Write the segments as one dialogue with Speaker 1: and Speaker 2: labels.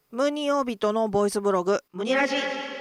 Speaker 1: ムニオビトのボイスブログムニラジ。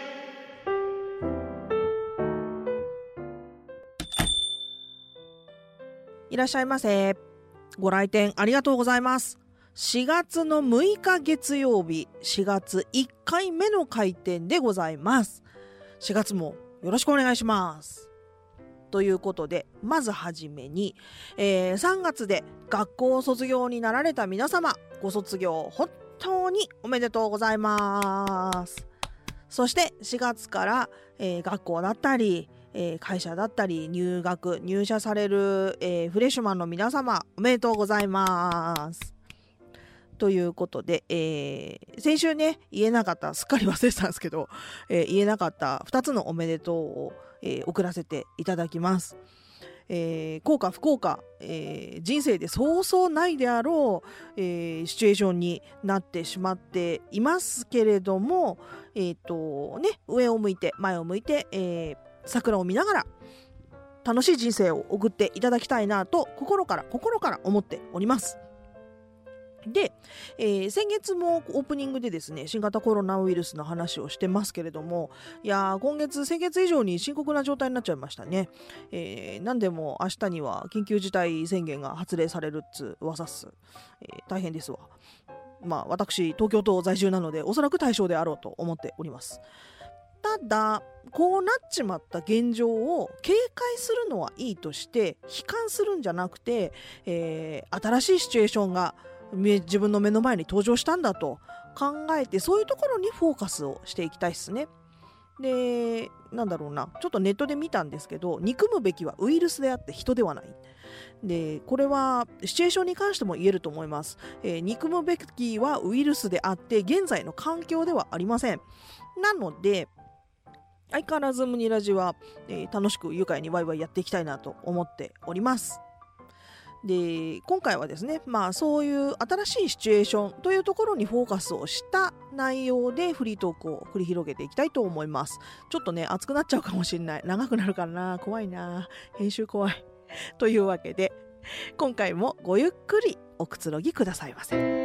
Speaker 1: いらっしゃいませ。ご来店ありがとうございます。4月の6日月曜日、4月1回目の開店でございます。4月もよろしくお願いします。ということで、まずはじめに、3月で学校を卒業になられた皆様、ご卒業本当におめでとうございます。そして4月から、学校だったり、会社だったり入社される、フレッシュマンの皆様、おめでとうございます。ということで、先週ね言えなかった、すっかり忘れてたんですけど、言えなかった2つのおめでとうを、送らせていただきます。幸か不幸か、人生でそうそうないであろう、シチュエーションになってしまっていますけれども、上を向いて前を向いて、桜を見ながら楽しい人生を送っていただきたいなと心から思っております。で、先月もオープニングでですね、新型コロナウイルスの話をしてますけれども、いや先月以上に深刻な状態になっちゃいましたね。なんでも明日には緊急事態宣言が発令されるっつ噂っす。大変ですわ。まあ私東京都在住なのでおそらく対象であろうと思っております。ただこうなっちまった現状を警戒するのはいいとして悲観するんじゃなくて、新しいシチュエーションが自分の目の前に登場したんだと考えて、そういうところにフォーカスをしていきたいですね。で、なんだろうな、ちょっとネットで見たんですけど、憎むべきはウイルスであって人ではない。で、これはシチュエーションに関しても言えると思います。憎むべきはウイルスであって現在の環境ではありません。なので相変わらずムニラジは、楽しく愉快にワイワイやっていきたいなと思っております。で、今回はですね、そういう新しいシチュエーションというところにフォーカスをした内容でフリートークを繰り広げていきたいと思います。ちょっとね、熱くなっちゃうかもしれない。長くなるからな。怖いな。編集怖い。というわけで、今回もごゆっくりおくつろぎくださいませ。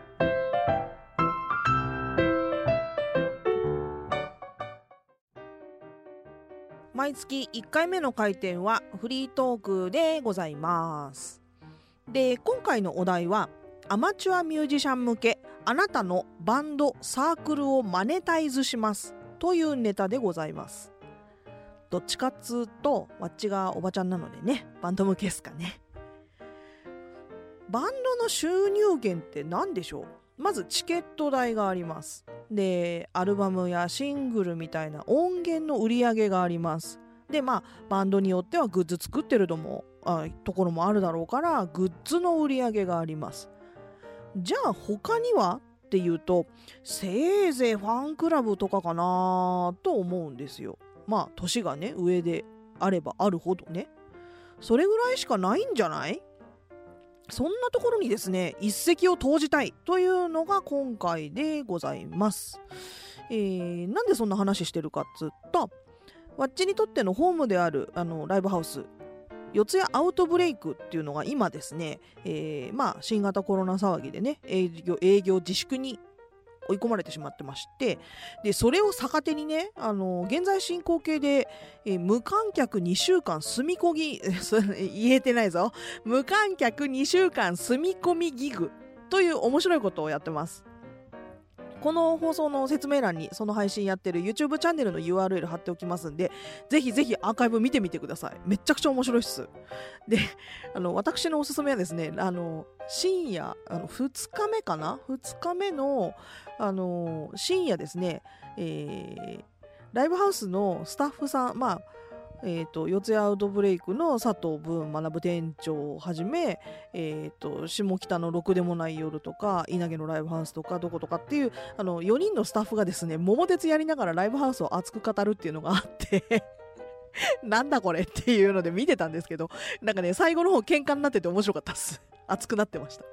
Speaker 1: 毎月1回目の開店はフリートークでございます。で、今回のお題はアマチュアミュージシャン向けあなたのバンドサークルをマネタイズしますというネタでございます。どっちかっつうとわっちがおばちゃんなのでね、バンド向けですかね。バンドの収入源って何でしょう。まずチケット代があります。で、アルバムやシングルみたいな音源の売り上げがあります。で、バンドによってはグッズ作ってるところもあるだろうから、グッズの売り上げがあります。じゃあ他にはっていうと、せいぜいファンクラブとかかなと思うんですよ。年がね上であればあるほどね、それぐらいしかないんじゃない？そんなところにですね、一石を投じたいというのが今回でございます。なんでそんな話してるかっつうと、わっちにとってのホームであるライブハウス四谷アウトブレイクっていうのが今ですね、新型コロナ騒ぎでね、営業自粛に追い込まれてしまってまして、でそれを逆手にね、現在進行形で、無観客2週間住み込み言えてないぞ、無観客2週間住み込みギグという面白いことをやってます。この放送の説明欄にその配信やってる YouTube チャンネルの URL 貼っておきますんで、ぜひぜひアーカイブ見てみてください。めっちゃくちゃ面白いっす。で、私のおすすめはですね、深夜2日目かな、2日目の深夜ですね、ライブハウスのスタッフさん、四谷アウトブレイクの佐藤文学店長をはじめ、下北のろくでもない夜とか稲毛のライブハウスとかどことかっていう4人のスタッフがですね、桃鉄やりながらライブハウスを熱く語るっていうのがあってなんだこれっていうので見てたんですけど、なんかね、最後の方喧嘩になってて面白かったっす。熱くなってました。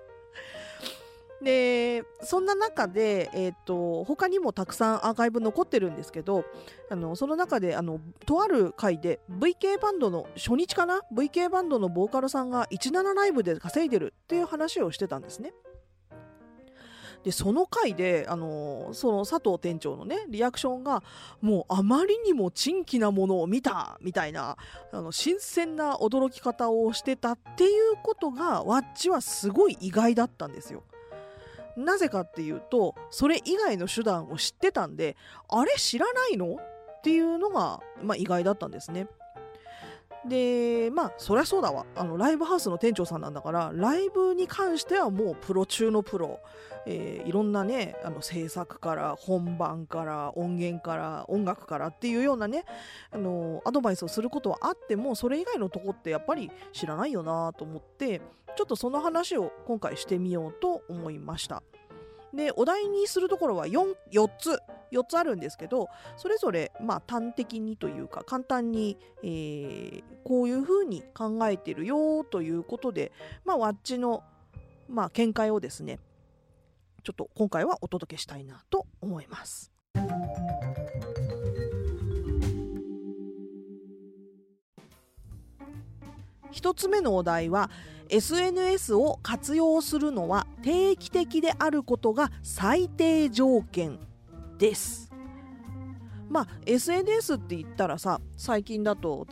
Speaker 1: で、そんな中で、他にもたくさんアーカイブ残ってるんですけど、その中でとある回で VK バンドの初日かな、 VK バンドのボーカルさんが17ライブで稼いでるっていう話をしてたんですね。 でその回でその佐藤店長のねリアクションがもうあまりにも珍奇なものを見たみたいな新鮮な驚き方をしてたっていうことがわっちはすごい意外だったんですよ。なぜかっていうとそれ以外の手段を知ってたんで、あれ知らないのっていうのが、意外だったんですね。でそりゃそうだわ、ライブハウスの店長さんなんだからライブに関してはもうプロ中のプロ、いろんなね制作から本番から音源から音楽からっていうようなねアドバイスをすることはあっても、それ以外のとこってやっぱり知らないよなと思って、ちょっとその話を今回してみようと思いました。でお題にするところは 4つあるんですけど、それぞれ端的にというか簡単に、こういうふうに考えてるよということで、わっちの、見解をですねちょっと今回はお届けしたいなと思います。1つ目のお題は SNS を活用するのは定期的であることが最低条件です。SNS って言ったらさ、最近だと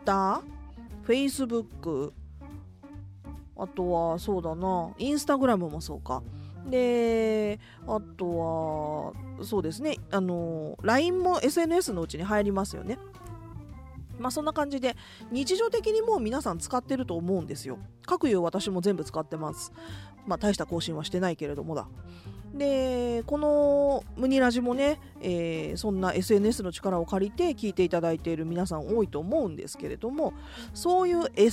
Speaker 1: Twitter、Facebook、あとはそうだな、Instagram もそうか。で、あとはそうですね、LINE も SNS のうちに入りますよね。そんな感じで日常的にもう皆さん使ってると思うんですよ。各有私も全部使ってます。大した更新はしてないけれどもだ。でこのムニラジもね、そんな SNS の力を借りて聞いていただいている皆さん多いと思うんですけれども、そういう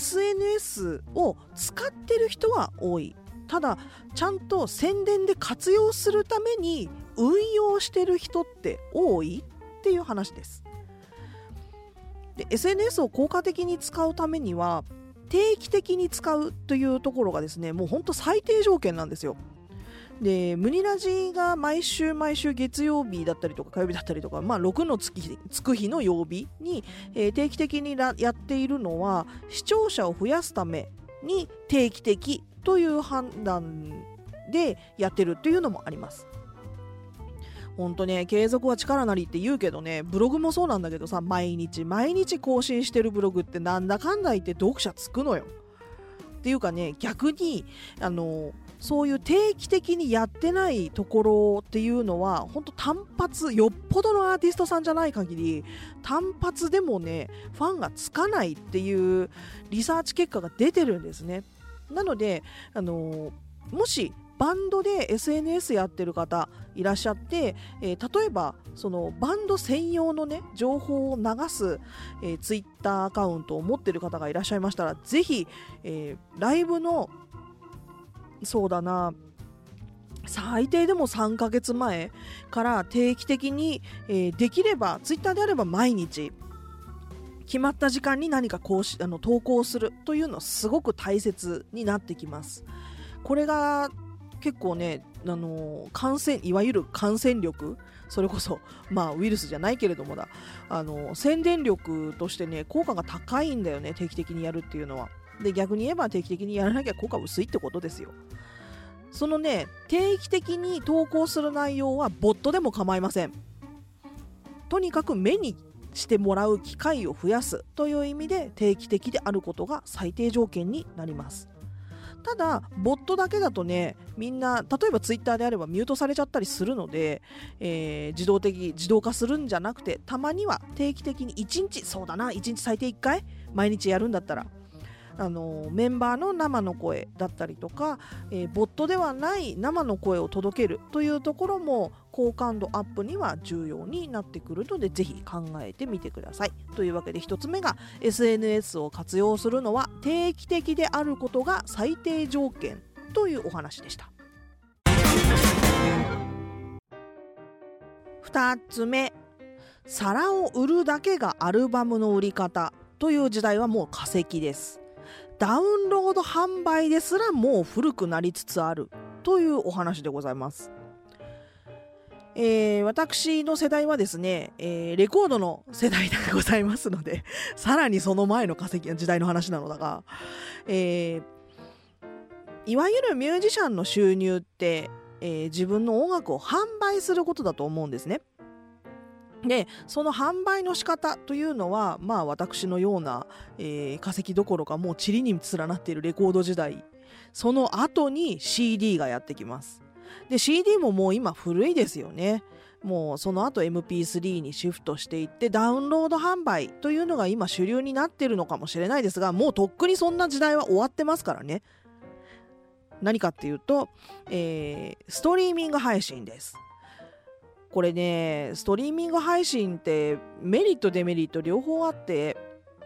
Speaker 1: SNS を使ってる人は多い。ただちゃんと宣伝で活用するために運用してる人って多いっていう話です。で SNS を効果的に使うためには定期的に使うというところがですね、もうほんと最低条件なんですよ。でムニラジが毎週月曜日だったりとか火曜日だったりとか、6のつく日の曜日に、定期的にやっているのは視聴者を増やすために定期的という判断でやってるっていうのもあります。ほんとね、継続は力なりって言うけどね、ブログもそうなんだけどさ、毎日更新してるブログってなんだかんだ言って読者つくのよ。っていうかね、逆にそういう定期的にやってないところっていうのはほんと単発、よっぽどのアーティストさんじゃない限り単発でもねファンがつかないっていうリサーチ結果が出てるんですね。なのでもしバンドで SNS やってる方いらっしゃって、例えばそのバンド専用のね情報を流す、ツイッターアカウントを持ってる方がいらっしゃいましたら、ぜひ、ライブのそうだな、最低でも3ヶ月前から定期的に、できればツイッターであれば毎日決まった時間に何か投稿するというのはすごく大切になってきます。これが結構ね、いわゆる感染力、それこそウイルスじゃないけれどもだ、宣伝力としてね効果が高いんだよね、定期的にやるっていうのは。で逆に言えば定期的にやらなきゃ効果薄いってことですよ。そのね、定期的に投稿する内容はボットでも構いません。とにかく目にしてもらう機会を増やすという意味で定期的であることが最低条件になります。ただボットだけだとね、みんな例えばツイッターであればミュートされちゃったりするので、自動化するんじゃなくて、たまには定期的に1日最低1回毎日やるんだったらメンバーの生の声だったりとか、ボットではない生の声を届けるというところも好感度アップには重要になってくるので、ぜひ考えてみてください。というわけで1つ目が SNS を活用するのは定期的であることが最低条件というお話でした。2つ目、皿を売るだけがアルバムの売り方という時代はもう化石です。ダウンロード販売ですらもう古くなりつつあるというお話でございます。私の世代はですね、レコードの世代でございますのでさらにその前の時代の話なのだが、いわゆるミュージシャンの収入って、 自分の音楽を販売することだと思うんですね。でその販売の仕方というのは、私のような、化石どころかもう塵に連なっているレコード時代、その後に CD がやってきます。で CD ももう今古いですよね。もうその後 MP3 にシフトしていってダウンロード販売というのが今主流になっているのかもしれないですが、もうとっくにそんな時代は終わってますからね。何かっていうと、ストリーミング配信です。これね、ストリーミング配信ってメリットデメリット両方あって、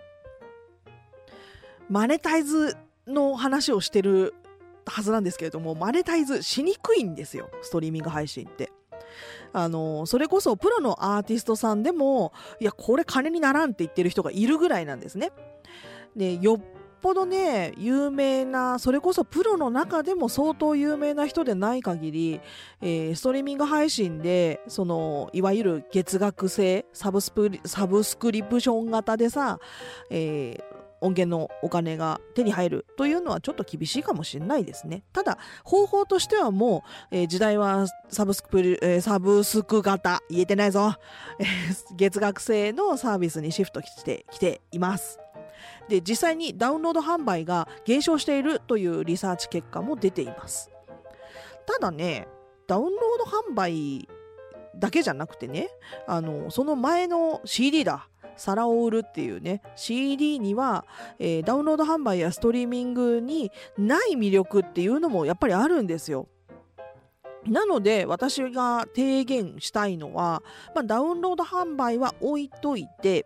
Speaker 1: マネタイズの話をしてるはずなんですけれども、マネタイズしにくいんですよ、ストリーミング配信って。それこそプロのアーティストさんでも、いやこれ金にならんって言ってる人がいるぐらいなんですね。でよっぽどね有名な、それこそプロの中でも相当有名な人でない限り、ストリーミング配信でそのいわゆる月額制サブスクリプション型でさ、音源のお金が手に入るというのはちょっと厳しいかもしれないですね。ただ方法としてはもう、時代はサブスク型言えてないぞ、月額制のサービスにシフトしてきています。で実際にダウンロード販売が減少しているというリサーチ結果も出ています。ただね、ダウンロード販売だけじゃなくてね、その前の CD だ、皿を売るっていうね CD には、ダウンロード販売やストリーミングにない魅力っていうのもやっぱりあるんですよ。なので私が提言したいのは、ダウンロード販売は置いといて、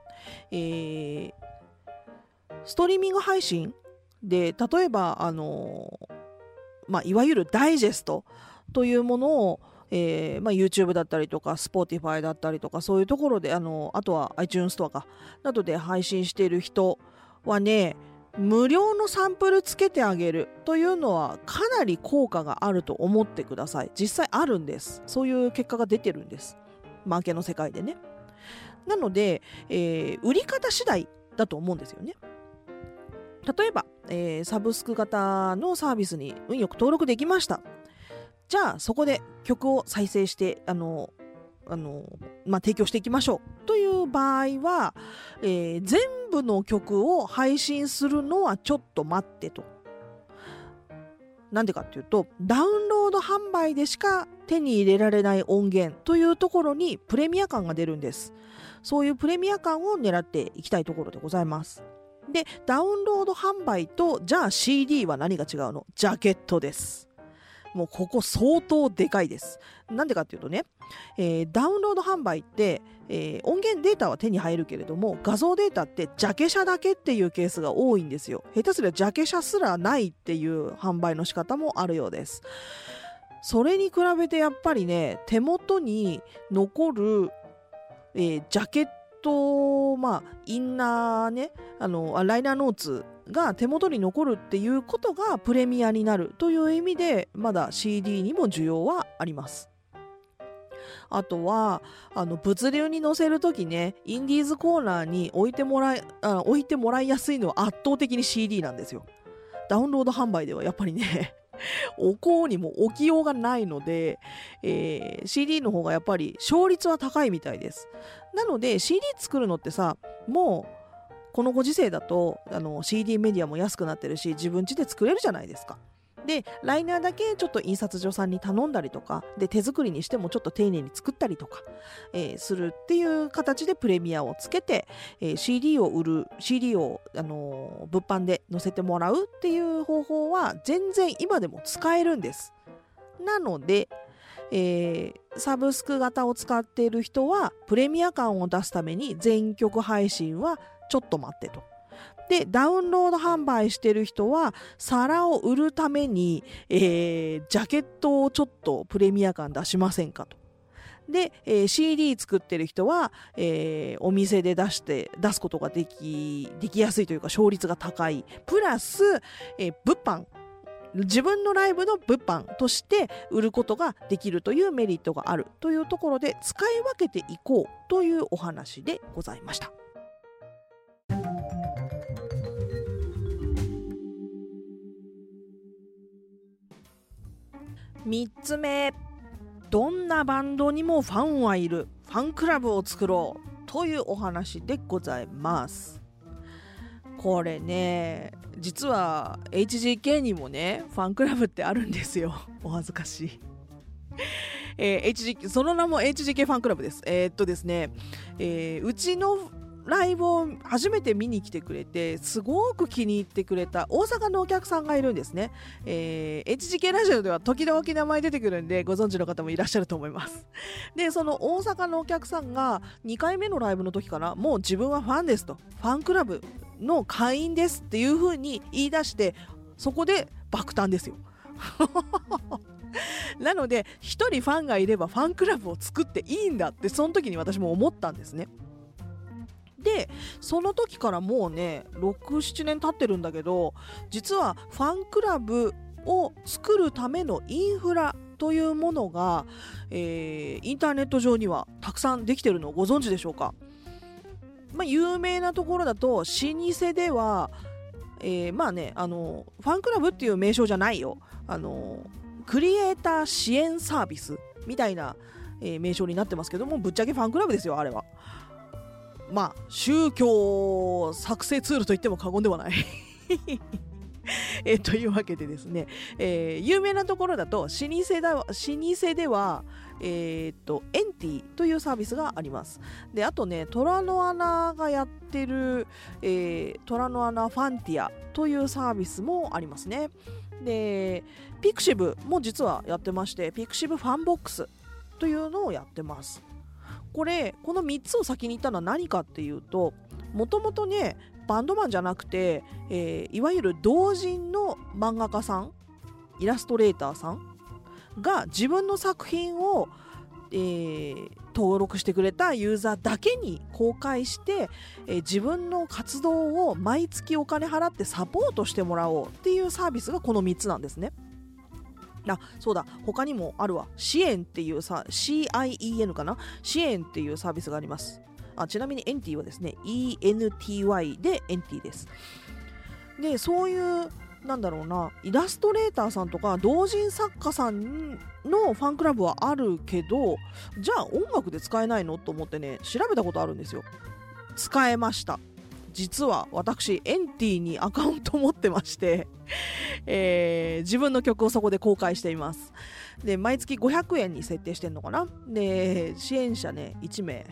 Speaker 1: ストリーミング配信で例えばいわゆるダイジェストというものを、YouTube だったりとか Spotify だったりとかそういうところであとは iTunes とかなどで配信している人はね、無料のサンプルつけてあげるというのはかなり効果があると思ってください。実際あるんです。そういう結果が出てるんです、マーケの世界でね。なので、売り方次第だと思うんですよね。例えば、サブスク型のサービスに運よく登録できました。じゃあそこで曲を再生して提供していきましょうという場合は、全部の曲を配信するのはちょっと待ってと。なんでかっていうと、ダウンロード販売でしか手に入れられない音源というところにプレミア感が出るんです。そういうプレミア感を狙っていきたいところでございます。でダウンロード販売とじゃあ CD は何が違うの？ジャケットです。もうここ相当でかいです。なんでかっていうとね、ダウンロード販売って、音源データは手に入るけれども画像データってジャケ写だけっていうケースが多いんですよ。下手すりゃジャケ写すらないっていう販売の仕方もあるようです。それに比べてやっぱりね、手元に残る、ジャケット、インナーね、ライナーノーツが手元に残るっていうことがプレミアになるという意味で、まだ CD にも需要はあります。あとは物流に載せるときね、インディーズコーナーに置いてもらいやすいのは圧倒的に CD なんですよ。ダウンロード販売ではやっぱりねお香にも置きようがないので、CD の方がやっぱり勝率は高いみたいです。なので CD 作るのってさ、もうこのご時世だとCD メディアも安くなってるし自分家で作れるじゃないですか。でライナーだけちょっと印刷所さんに頼んだりとかで、手作りにしてもちょっと丁寧に作ったりとか、するっていう形でプレミアをつけて、CD を売る、 CD を物販で載せてもらうっていう方法は全然今でも使えるんです。なので、サブスク型を使っている人はプレミア感を出すために全曲配信はちょっと待ってと。でダウンロード販売してる人は皿を売るために、ジャケットをちょっとプレミア感出しませんかと。で、CD 作ってる人は、お店で出すことができやすいというか勝率が高い。プラス、物販、自分のライブの物販として売ることができるというメリットがあるというところで使い分けていこうというお話でございました。 3つ目、どんなバンドにもファンはいる、ファンクラブを作ろうというお話でございます。これね、実は HGK にもねファンクラブってあるんですよ。お恥ずかしい。その名も HGK ファンクラブです。ですね、うちのライブを初めて見に来てくれてすごく気に入ってくれた大阪のお客さんがいるんですね。HGK ラジオでは時々名前出てくるんでご存知の方もいらっしゃると思います。でその大阪のお客さんが2回目のライブの時かな、もう自分はファンですと、ファンクラブの会員ですっていう風に言い出して、そこで爆誕ですよ。なので一人ファンがいればファンクラブを作っていいんだってその時に私も思ったんですね。でその時からもうね 6,7 年経ってるんだけど、実はファンクラブを作るためのインフラというものが、インターネット上にはたくさんできてるのをご存知でしょうか。有名なところだと老舗では、まあねファンクラブっていう名称じゃないよ、クリエイター支援サービスみたいな、名称になってますけども、ぶっちゃけファンクラブですよあれは。宗教作成ツールと言っても過言ではない。というわけでですね、有名なところだと老舗ではエンティというサービスがあります。であとね、虎の穴がやってる、虎の穴ファンティアというサービスもありますね。でピクシブも実はやってまして、ピクシブファンボックスというのをやってます。この3つを先に言ったのは何かっていうと、もともとねバンドマンじゃなくて、いわゆる同人の漫画家さん、イラストレーターさんが自分の作品を、登録してくれたユーザーだけに公開して、自分の活動を毎月お金払ってサポートしてもらおうっていうサービスがこの3つなんですね。そうだ、他にもあるわ。支援っていうCIEN かな、支援っていうサービスがあります。ちなみにエンティはですね ENTY でエンティです。でそういうイラストレーターさんとか同人作家さんのファンクラブはあるけど、じゃあ音楽で使えないのと思ってね調べたことあるんですよ。使えました。実は私エンティにアカウント持ってまして、自分の曲をそこで公開しています。で毎月500円に設定してんのかな。で支援者ね1名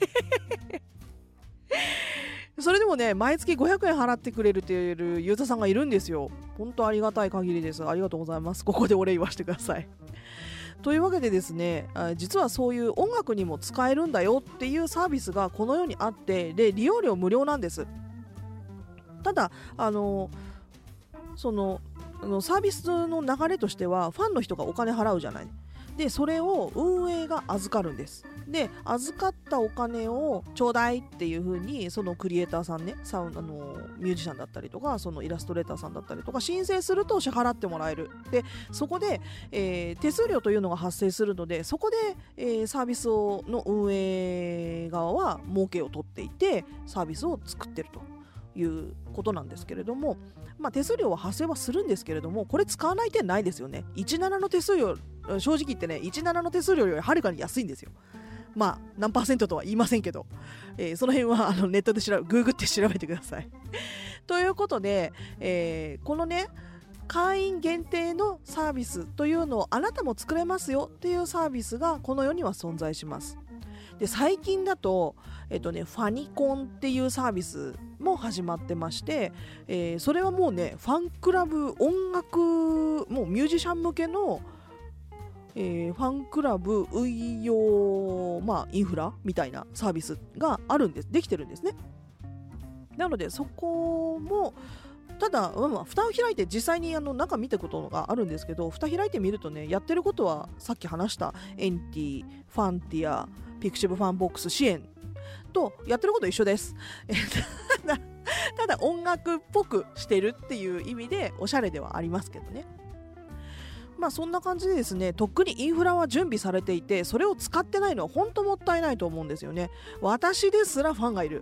Speaker 1: それでもね毎月500円払ってくれるっていうユーザーさんがいるんですよ。本当ありがたい限りです。ありがとうございます。ここでお礼言わせてください。というわけでですね、実はそういう音楽にも使えるんだよっていうサービスがこの世にあって、で利用料無料なんです。ただそのサービスの流れとしてはファンの人がお金払うじゃない。でそれを運営が預かるんです。で預かったお金をちょうだいっていう風にそのクリエイターさんね、ミュージシャンだったりとかそのイラストレーターさんだったりとか申請すると支払ってもらえる。でそこで、手数料というのが発生するので、そこで、サービスの運営側は儲けを取っていてサービスを作ってるということなんですけれども、手数料は発生はするんですけれども、これ使わない手ないですよね。17の手数料、正直言ってね17の手数料よりはるかに安いんですよ。何%とは言いませんけど、その辺はネットでググって調べてください。ということで、このね会員限定のサービスというのをあなたも作れますよっていうサービスがこの世には存在します。で最近だと、ファニコンっていうサービスも始まってまして、それはもうねファンクラブ音楽もうミュージシャン向けの、ファンクラブ運用、インフラみたいなサービスがあるんです。できてるんですね。なのでそこもただ、蓋を開いて実際に中見たことがあるんですけど、蓋開いてみるとねやってることはさっき話したエンティ、ファンティア、ピクシブファンボックス支援とやってること一緒です。ただ音楽っぽくしてるっていう意味でおしゃれではありますけどね。そんな感じでですね、とっくにインフラは準備されていて、それを使ってないのは本当もったいないと思うんですよね。私ですらファンがいる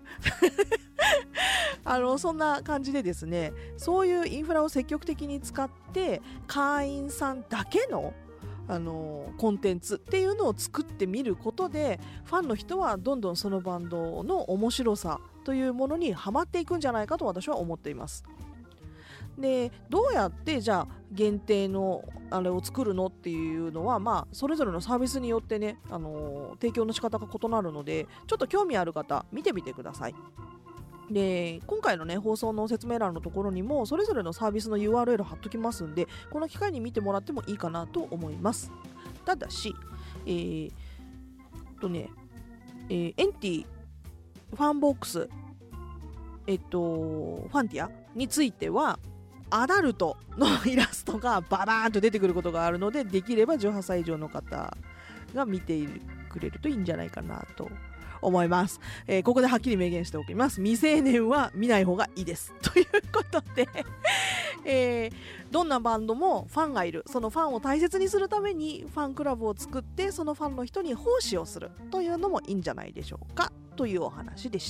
Speaker 1: そんな感じでですね、そういうインフラを積極的に使って会員さんだけの、 コンテンツっていうのを作ってみることで、ファンの人はどんどんそのバンドの面白さというものにハマっていくんじゃないかと私は思っています。で、どうやってじゃあ限定のあれを作るのっていうのは、それぞれのサービスによってね、提供の仕方が異なるので、ちょっと興味ある方見てみてください。で、今回のね放送の説明欄のところにもそれぞれのサービスの URL 貼っときますんで、この機会に見てもらってもいいかなと思います。ただしエンティファンボックスファンティアについてはアダルトのイラストがババーンと出てくることがあるので、できれば18歳以上の方が見てくれるといいんじゃないかなと思います。ここではっきり明言しておきます。未成年は見ない方がいいですということで、どんなバンドもファンがいる、そのファンを大切にするためにファンクラブを作って、そのファンの人に奉仕をするというのもいいんじゃないでしょうかというお話でした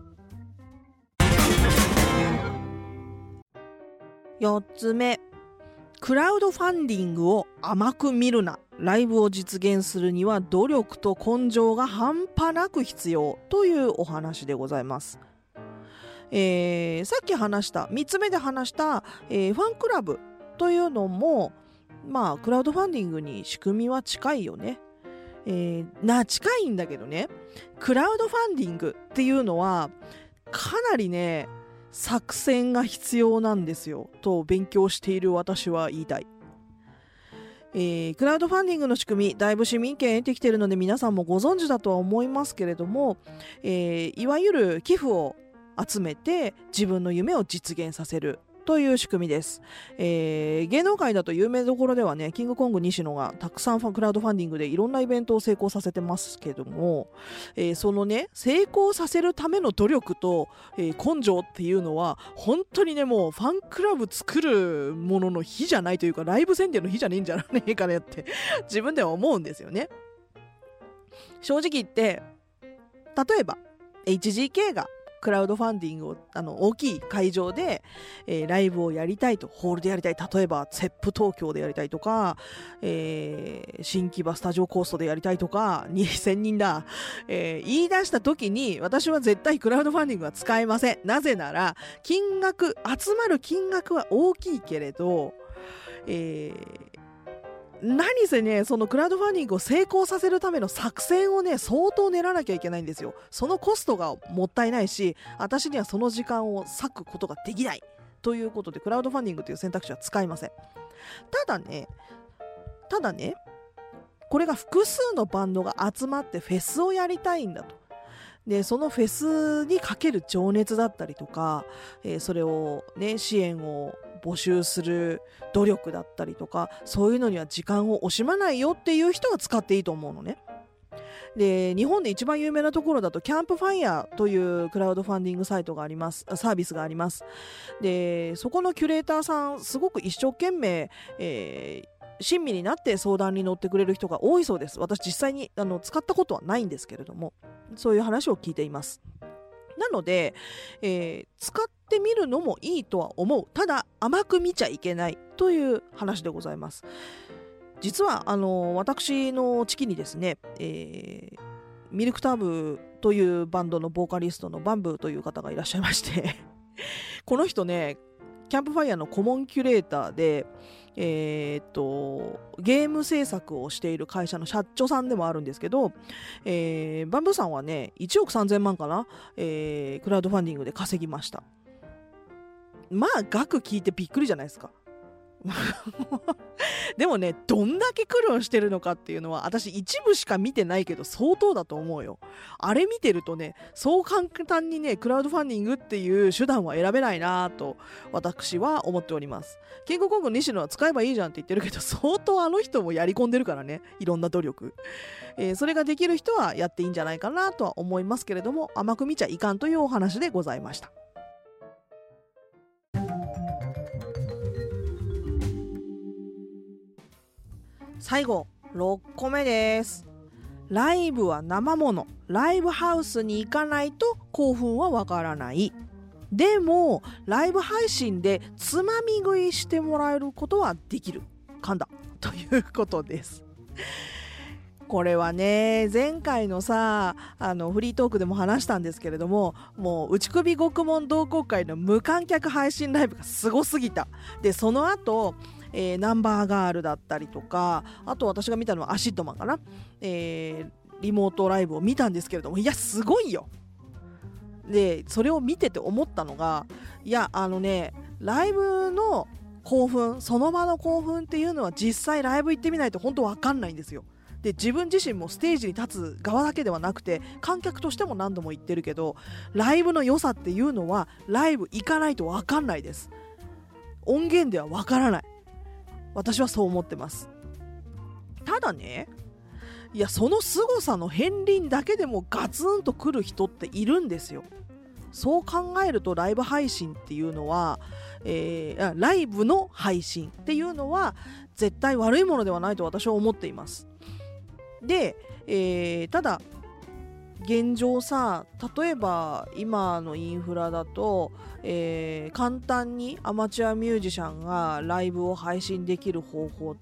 Speaker 1: 。4つ目、クラウドファンディングを甘く見るな。ライブを実現するには努力と根性が半端なく必要というお話でございます。さっき話した3つ目で話した、ファンクラブというのもクラウドファンディングに仕組みは近いよね。近いんだけどね、クラウドファンディングっていうのはかなりね作戦が必要なんですよと勉強している私は言いたい。クラウドファンディングの仕組み、だいぶ市民権得てきているので皆さんもご存知だとは思いますけれども、いわゆる寄付を集めて自分の夢を実現させるという仕組みです。芸能界だと有名どころではね、キングコング西野がたくさんクラウドファンディングでいろんなイベントを成功させてますけども、そのね成功させるための努力と、根性っていうのは本当にねもうファンクラブ作るものの比じゃないというか、ライブ宣伝の比じゃねえんじゃねえかねって自分では思うんですよね。正直言って例えば HGK がクラウドファンディングを大きい会場で、ライブをやりたいと、ホールでやりたい、例えばゼップ東京でやりたいとか、新木場スタジオコーストでやりたいとか、2000人だ、言い出した時に私は絶対クラウドファンディングは使えません。なぜなら集まる金額は大きいけれど、何せねそのクラウドファンディングを成功させるための作戦をね相当練らなきゃいけないんですよ。そのコストがもったいないし、私にはその時間を割くことができないということでクラウドファンディングという選択肢は使いません。ただねこれが複数のバンドが集まってフェスをやりたいんだと。でそのフェスにかける情熱だったりとか、それをね支援を募集する努力だったりとか、そういうのには時間を惜しまないよっていう人は使っていいと思うのね。で日本で一番有名なところだとキャンプファイヤーというクラウドファンディングサービスがあります。でそこのキュレーターさんすごく一生懸命、親身になって相談に乗ってくれる人が多いそうです。私実際に使ったことはないんですけれども、そういう話を聞いています。なので、使ってみるのもいいとは思う。ただ甘く見ちゃいけないという話でございます。実は私の地域にですね、ミルクターブというバンドのボーカリストのバンブーという方がいらっしゃいましてこの人ねキャンプファイヤーの顧問キュレーターで、ゲーム制作をしている会社の社長さんでもあるんですけど、バンブーさんはね1億3000万かな、クラウドファンディングで稼ぎました。額聞いてびっくりじゃないですかでもねどんだけ苦労してるのかっていうのは私一部しか見てないけど相当だと思うよ。あれ見てるとねそう簡単にねクラウドファンディングっていう手段は選べないなと私は思っております。キングコング西野は使えばいいじゃんって言ってるけど相当あの人もやり込んでるからね、いろんな努力、それができる人はやっていいんじゃないかなとは思いますけれども、甘く見ちゃいかんというお話でございました。最後6個目です。ライブは生もの、ライブハウスに行かないと興奮はわからない。でもライブ配信でつまみ食いしてもらえることはできる。噛んだ。 ということです。これはね、前回のさフリートークでも話したんですけれども、もう内首獄門同好会の無観客配信ライブがすごすぎた。でその後、ナンバーガールだったりとか、あと私が見たのはアシッドマンかな、リモートライブを見たんですけれども、いやすごいよ。でそれを見てて思ったのが、いやライブの興奮、その場の興奮っていうのは実際ライブ行ってみないと本当わかんないんですよ。で自分自身もステージに立つ側だけではなくて観客としても何度も言ってるけど、ライブの良さっていうのはライブ行かないとわかんないです。音源ではわからない。私はそう思ってます。ただね、いやその凄さの片鱗だけでもガツンと来る人っているんですよ。そう考えるとライブ配信っていうのは、ライブの配信っていうのは絶対悪いものではないと私は思っています。で、ただ現状さ、例えば今のインフラだと、簡単にアマチュアミュージシャンがライブを配信できる方法って、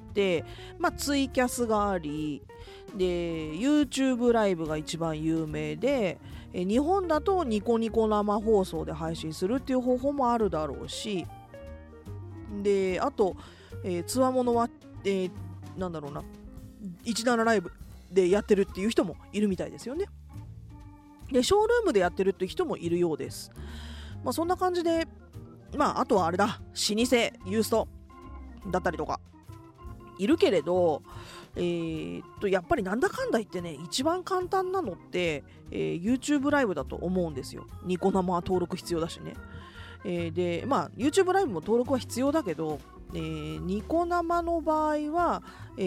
Speaker 1: ツイキャスがありで YouTube ライブが一番有名で、日本だとニコニコ生放送で配信するっていう方法もあるだろうし、であと、つわものは、なんだろうな、17ライブでやってるっていう人もいるみたいですよね。でショールームでやってるっていう人もいるようです。そんな感じで、あとはあれだ、老舗ユーストだったりとかいるけれど、やっぱりなんだかんだ言ってね、一番簡単なのって、YouTube ライブだと思うんですよ。ニコ生は登録必要だしね。でYouTube ライブも登録は必要だけど、ニコ生の場合は、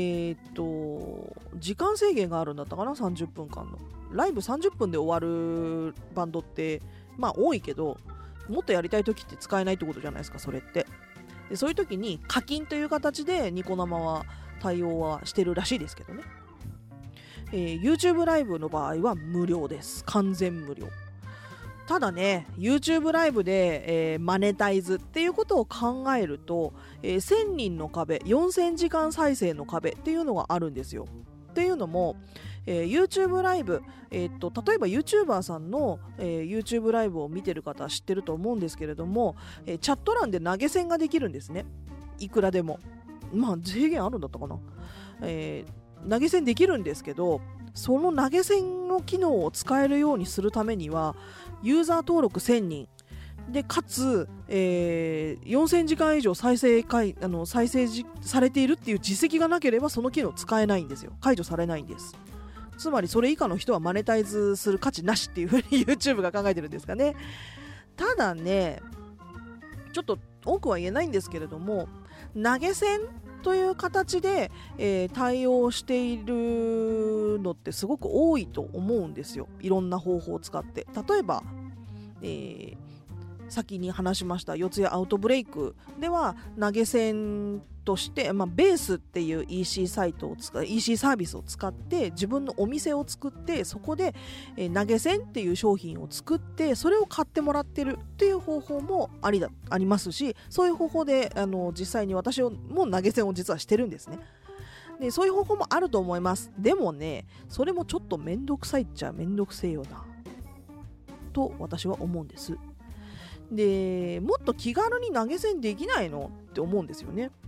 Speaker 1: 時間制限があるんだったかな、30分間のライブ30分で終わるバンドって多いけど、もっとやりたい時って使えないってことじゃないですか、それって。でそういう時に課金という形でニコ生は対応はしてるらしいですけどね。YouTube ライブの場合は無料です。完全無料。ただね、 YouTube ライブで、マネタイズっていうことを考えると、1000人の壁、4000時間再生の壁っていうのがあるんですよ。っていうのも、YouTube ライブ、例えば YouTuber さんの、YouTube ライブを見てる方は知ってると思うんですけれども、チャット欄で投げ銭ができるんですね。いくらでも。制限あるんだったかな、投げ銭できるんですけど、その投げ銭の機能を使えるようにするためにはユーザー登録1000人で、かつ、4000時間以上再生されているっていう実績がなければその機能使えないんですよ。解除されないんです。つまりそれ以下の人はマネタイズする価値なしっていうふうに YouTube が考えてるんですかね。ただね、ちょっと多くは言えないんですけれども、投げ銭という形で、対応しているのってすごく多いと思うんですよ。いろんな方法を使って。例えば、先に話しました四谷アウトブレイクでは投げ銭として、ベースっていう EC サービスを使って自分のお店を作って、そこで、投げ銭っていう商品を作ってそれを買ってもらってるっていう方法もありますし、そういう方法で実際に私も投げ銭を実はしてるんですね。でそういう方法もあると思います。でもね、それもちょっとめんどくさいっちゃめんどくせえよなと私は思うんです。でもっと気軽に投げ銭できないのって思うんですよね。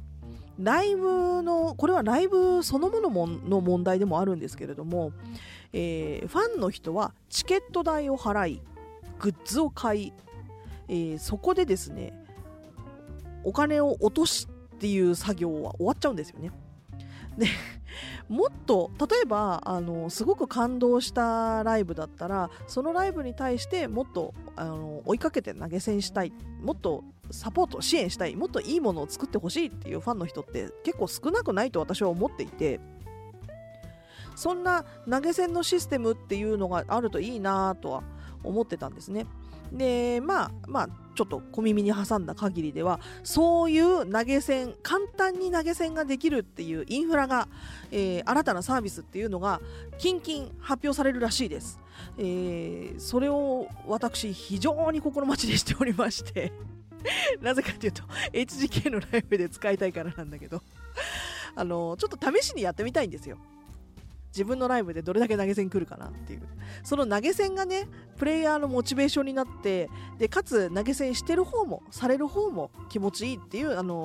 Speaker 1: これはライブそのものの問題でもあるんですけれども、ファンの人はチケット代を払いグッズを買い、そこでですねお金を落とすっていう作業は終わっちゃうんですよね。でもっと例えばすごく感動したライブだったら、そのライブに対してもっと追いかけて投げ銭したい、もっとサポート支援したい、もっといいものを作ってほしいっていうファンの人って結構少なくないと私は思っていて、そんな投げ銭のシステムっていうのがあるといいなとは思ってたんですね。でちょっと小耳に挟んだ限りでは、そういう投げ銭、簡単に投げ銭ができるっていうインフラが、新たなサービスっていうのが近々発表されるらしいです。それを私非常に心待ちにしておりましてなぜかというと HGK のライブで使いたいからなんだけどちょっと試しにやってみたいんですよ。自分のライブでどれだけ投げ銭来るかなっていう、その投げ銭がねプレイヤーのモチベーションになって、でかつ投げ銭してる方もされる方も気持ちいいっていう、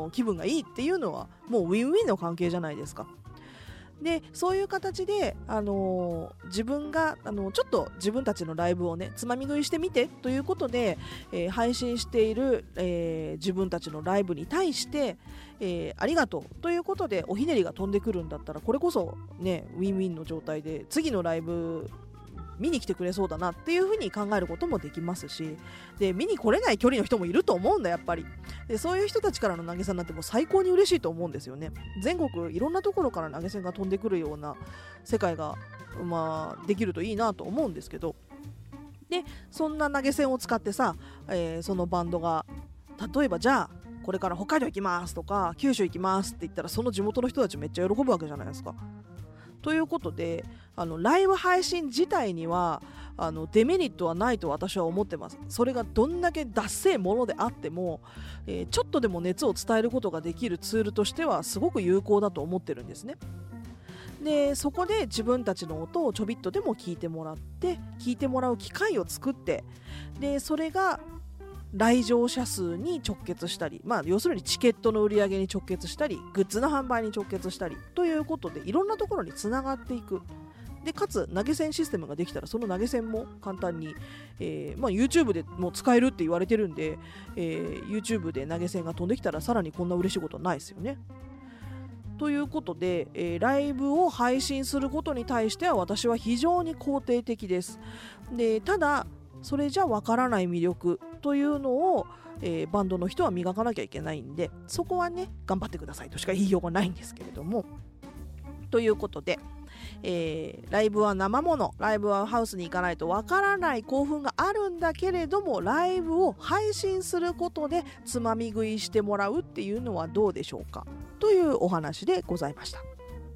Speaker 1: 気分がいいっていうのはもうウィンウィンの関係じゃないですか。でそういう形で、自分がちょっと自分たちのライブをねつまみ食いしてみてということで、配信している、自分たちのライブに対して、ありがとうということでおひねりが飛んでくるんだったら、これこそねウィンウィンの状態で次のライブ見に来てくれそうだなっていう風に考えることもできますし、で見に来れない距離の人もいると思うんだやっぱり。でそういう人たちからの投げ銭なんてもう最高に嬉しいと思うんですよね。全国いろんなところから投げ銭が飛んでくるような世界が、できるといいなと思うんですけど、でそんな投げ銭を使ってさ、そのバンドが例えばじゃあこれから北海道行きますとか九州行きますって言ったら、その地元の人たちめっちゃ喜ぶわけじゃないですか。ということでライブ配信自体にはデメリットはないと私は思ってます。それがどんだけダッセーものであっても、ちょっとでも熱を伝えることができるツールとしてはすごく有効だと思ってるんですね。でそこで自分たちの音をちょびっとでも聞いてもらって、聞いてもらう機会を作って、でそれが来場者数に直結したり、要するにチケットの売り上げに直結したり、グッズの販売に直結したりということで、いろんなところにつながっていく。でかつ投げ銭システムができたら、その投げ銭も簡単に、YouTube でも使えるって言われてるんで、YouTube で投げ銭が飛んできたらさらにこんな嬉しいことはないですよね。ということで、ライブを配信することに対しては私は非常に肯定的です。でただそれじゃわからない魅力というのを、バンドの人は磨かなきゃいけないんで、そこはね頑張ってくださいとしか言いようがないんですけれども、ということで、ライブは生もの、ライブはハウスに行かないとわからない興奮があるんだけれども、ライブを配信することでつまみ食いしてもらうっていうのはどうでしょうかというお話でございました。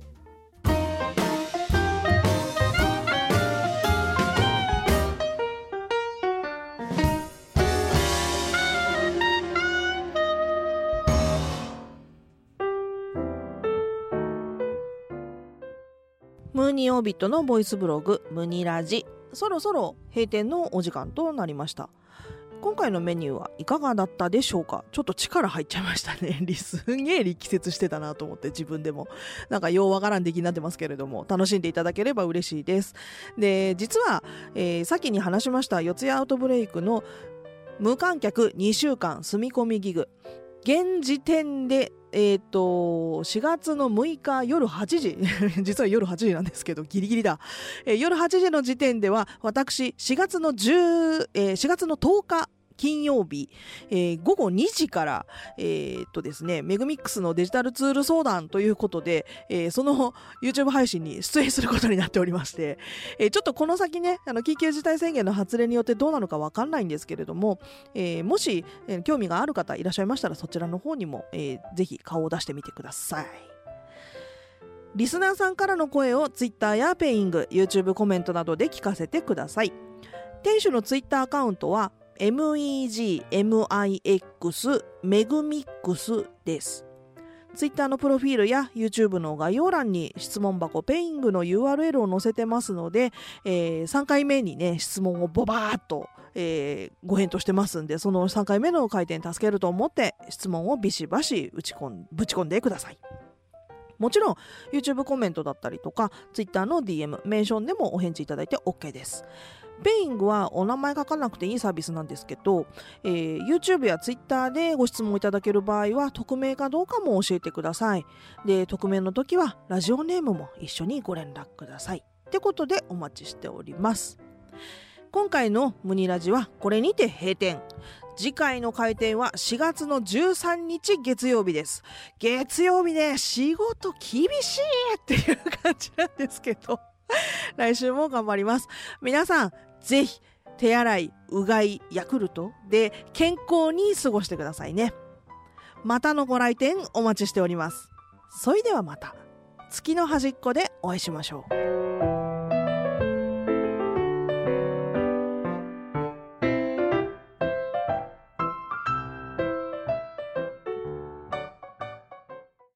Speaker 1: ムーニーオービットのボイスブログムニラジ、そろそろ閉店のお時間となりました。今回のメニューはいかがだったでしょうか。ちょっと力入っちゃいましたね。すんげえ力説してたなと思って、自分でもなんかようわからん出来になってますけれども、楽しんでいただければ嬉しいです。で実は、先に話しました四谷アウトブレイクの無観客2週間住み込みギグ、現時点で4月の6日夜8時実は夜8時なんですけどギリギリだ、夜8時の時点では私4月の10日金曜日、午後2時からですね、メグミックスのデジタルツール相談ということで、その YouTube 配信に出演することになっておりまして、ちょっとこの先ね緊急事態宣言の発令によってどうなのかわかんないんですけれども、もし、興味がある方いらっしゃいましたら、そちらの方にも、ぜひ顔を出してみてください。リスナーさんからの声を Twitter やペイング、YouTube コメントなどで聞かせてください。店主の Twitter アカウントはMEGMIX メグミックスです。ツイッターのプロフィールや YouTube の概要欄に質問箱ペイングの URL を載せてますので、3回目にね質問をボバーっと、ご返答してますんで、その3回目の回転助けると思って質問をビシバシぶち込んでください。もちろん YouTube コメントだったりとか Twitter の DM メンションでもお返事いただいて OK です。ペイングはお名前書かなくていいサービスなんですけど、YouTube や Twitter でご質問いただける場合は匿名かどうかも教えてください。で匿名の時はラジオネームも一緒にご連絡くださいってことでお待ちしております。今回のムニラジはこれにて閉店。次回の開店は4月の13日月曜日です。月曜日ね仕事厳しいっていう感じなんですけど来週も頑張ります。皆さんぜひ手洗い、うがい、ヤクルトで健康に過ごしてくださいね。またのご来店お待ちしております。それではまた月の端っこでお会いしましょう。